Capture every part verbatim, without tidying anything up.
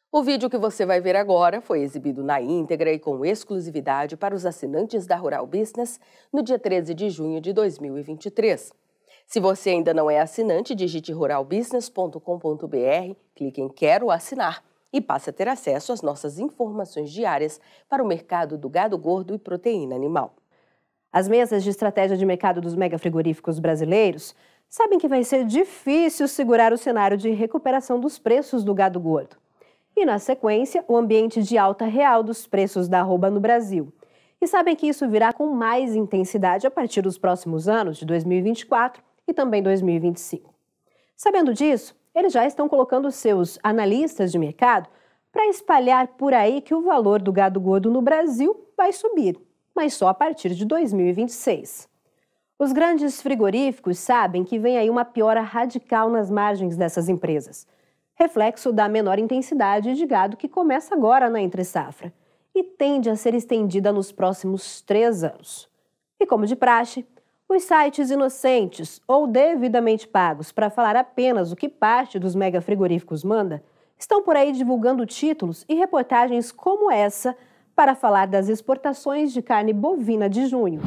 O vídeo que você vai ver agora foi exibido na íntegra e com exclusividade para os assinantes da Rural Business no dia treze de junho de dois mil e vinte e três. Se você ainda não é assinante, digite rural business ponto com ponto br, clique em Quero assinar e passe a ter acesso às nossas informações diárias para o mercado do gado gordo e proteína animal. As mesas de estratégia de mercado dos megafrigoríficos brasileiros sabem que vai ser difícil segurar o cenário de recuperação dos preços do gado gordo. E, na sequência, o ambiente de alta real dos preços da arroba no Brasil. E sabem que isso virá com mais intensidade a partir dos próximos anos, de dois mil e vinte e quatro e também dois mil e vinte e cinco. Sabendo disso, eles já estão colocando seus analistas de mercado para espalhar por aí que o valor do gado gordo no Brasil vai subir, mas só a partir de dois mil e vinte e seis. Os grandes frigoríficos sabem que vem aí uma piora radical nas margens dessas empresas, reflexo da menor intensidade de gado que começa agora na entre-safra e tende a ser estendida nos próximos três anos. E como de praxe, os sites inocentes ou devidamente pagos para falar apenas o que parte dos megafrigoríficos manda estão por aí divulgando títulos e reportagens como essa para falar das exportações de carne bovina de junho.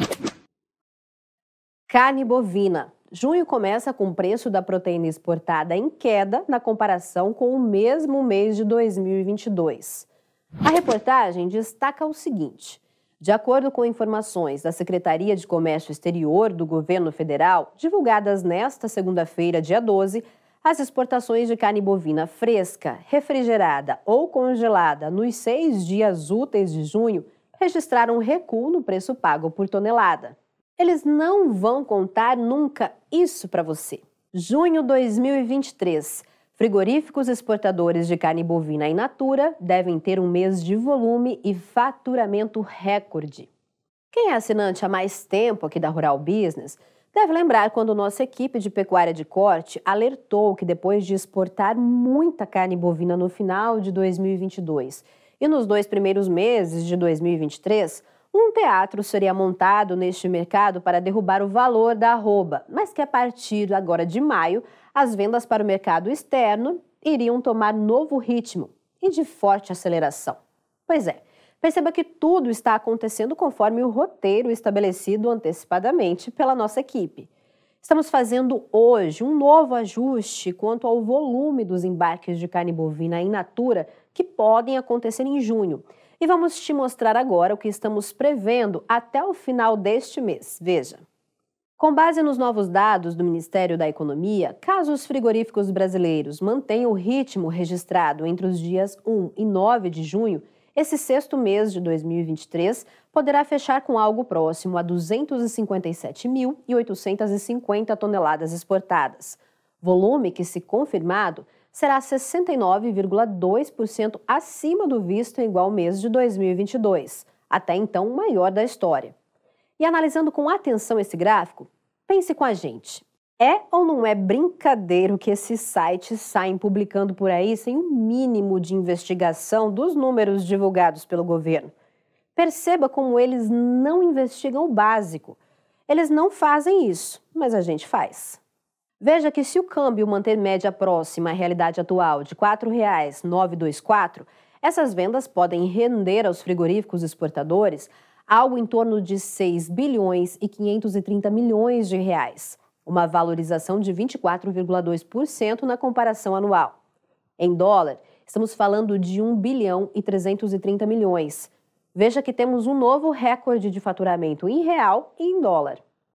Carne bovina. Junho começa com o preço da proteína exportada em queda na comparação com o mesmo mês de dois mil e vinte e dois. A reportagem destaca o seguinte: de acordo com informações da Secretaria de Comércio Exterior do Governo Federal, divulgadas nesta segunda-feira, dia doze, as exportações de carne bovina fresca, refrigerada ou congelada nos seis dias úteis de junho registraram um recuo no preço pago por tonelada. Eles não vão contar nunca isso para você. Junho dois mil e vinte e três. Frigoríficos exportadores de carne bovina in natura devem ter um mês de volume e faturamento recorde. Quem é assinante há mais tempo aqui da Rural Business deve lembrar quando nossa equipe de pecuária de corte alertou que depois de exportar muita carne bovina no final de dois mil e vinte e dois e nos dois primeiros meses de dois mil e vinte e três, um teatro seria montado neste mercado para derrubar o valor da arroba, mas que a partir agora de maio, as vendas para o mercado externo iriam tomar novo ritmo e de forte aceleração. Pois é, perceba que tudo está acontecendo conforme o roteiro estabelecido antecipadamente pela nossa equipe. Estamos fazendo hoje um novo ajuste quanto ao volume dos embarques de carne bovina in natura que podem acontecer em junho. E vamos te mostrar agora o que estamos prevendo até o final deste mês. Veja. Com base nos novos dados do Ministério da Economia, caso os frigoríficos brasileiros mantenham o ritmo registrado entre os dias um e nove de junho, esse sexto mês de dois mil e vinte e três poderá fechar com algo próximo a duzentos e cinquenta e sete mil oitocentas e cinquenta toneladas exportadas. Volume que, se confirmado, será sessenta e nove vírgula dois por cento acima do visto em igual mês de dois mil e vinte e dois, até então o maior da história. E analisando com atenção esse gráfico, pense com a gente. É ou não é brincadeira que esses sites saem publicando por aí sem um mínimo de investigação dos números divulgados pelo governo? Perceba como eles não investigam o básico. Eles não fazem isso, mas a gente faz. Veja que se o câmbio manter média próxima à realidade atual de quatro reais novecentos e vinte e quatro, essas vendas podem render aos frigoríficos exportadores algo em torno de seis bilhões e quinhentos e trinta milhões de reais, uma valorização de vinte e quatro vírgula dois por cento na comparação anual. Em dólar, estamos falando de um bilhão e trezentos e trinta milhões. Veja que temos um novo recorde de faturamento em real e em dólar.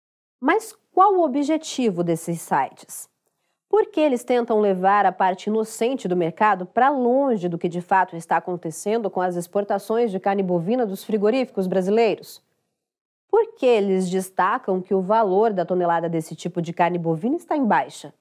Mas qual o objetivo desses sites? Por que eles tentam levar a parte inocente do mercado para longe do que de fato está acontecendo com as exportações de carne bovina dos frigoríficos brasileiros? Por que eles destacam que o valor da tonelada desse tipo de carne bovina está em baixa?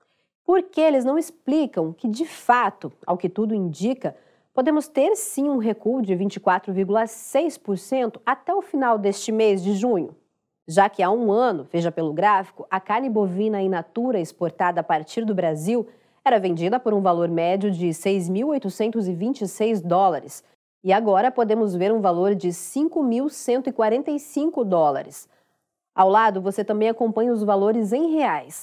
Por que eles não explicam que, de fato, ao que tudo indica, podemos ter sim um recuo de vinte e quatro vírgula seis por cento até o final deste mês de junho? Já que há um ano, veja pelo gráfico, a carne bovina in natura exportada a partir do Brasil era vendida por um valor médio de seis mil oitocentos e vinte e seis dólares e agora podemos ver um valor de cinco mil cento e quarenta e cinco dólares. Ao lado, você também acompanha os valores em reais.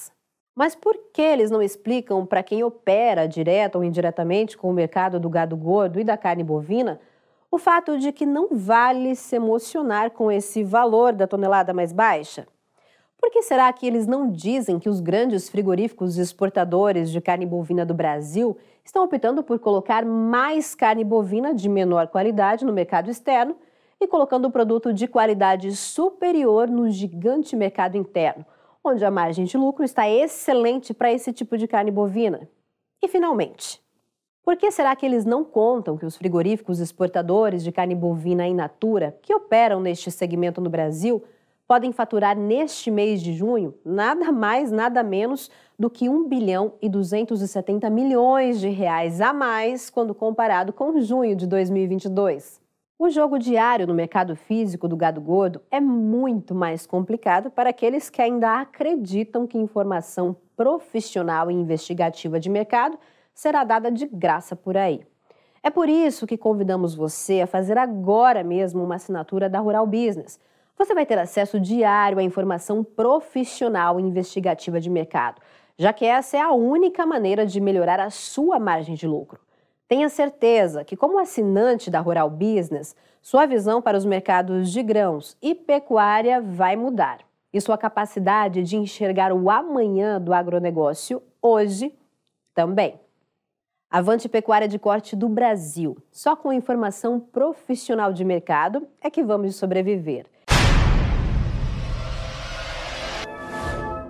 Mas por que eles não explicam para quem opera direto ou indiretamente com o mercado do gado gordo e da carne bovina o fato de que não vale se emocionar com esse valor da tonelada mais baixa? Por que será que eles não dizem que os grandes frigoríficos exportadores de carne bovina do Brasil estão optando por colocar mais carne bovina de menor qualidade no mercado externo e colocando o produto de qualidade superior no gigante mercado interno, onde a margem de lucro está excelente para esse tipo de carne bovina? E, finalmente, por que será que eles não contam que os frigoríficos exportadores de carne bovina in natura, que operam neste segmento no Brasil, podem faturar neste mês de junho nada mais, nada menos do que um bilhão e duzentos e setenta milhões de reais a mais quando comparado com junho de dois mil e vinte e dois? O jogo diário no mercado físico do gado gordo é muito mais complicado para aqueles que ainda acreditam que informação profissional e investigativa de mercado será dada de graça por aí. É por isso que convidamos você a fazer agora mesmo uma assinatura da Rural Business. Você vai ter acesso diário à informação profissional e investigativa de mercado, já que essa é a única maneira de melhorar a sua margem de lucro. Tenha certeza que, como assinante da Rural Business, sua visão para os mercados de grãos e pecuária vai mudar. E sua capacidade de enxergar o amanhã do agronegócio hoje também. Avante Pecuária de Corte do Brasil. Só com informação profissional de mercado é que vamos sobreviver.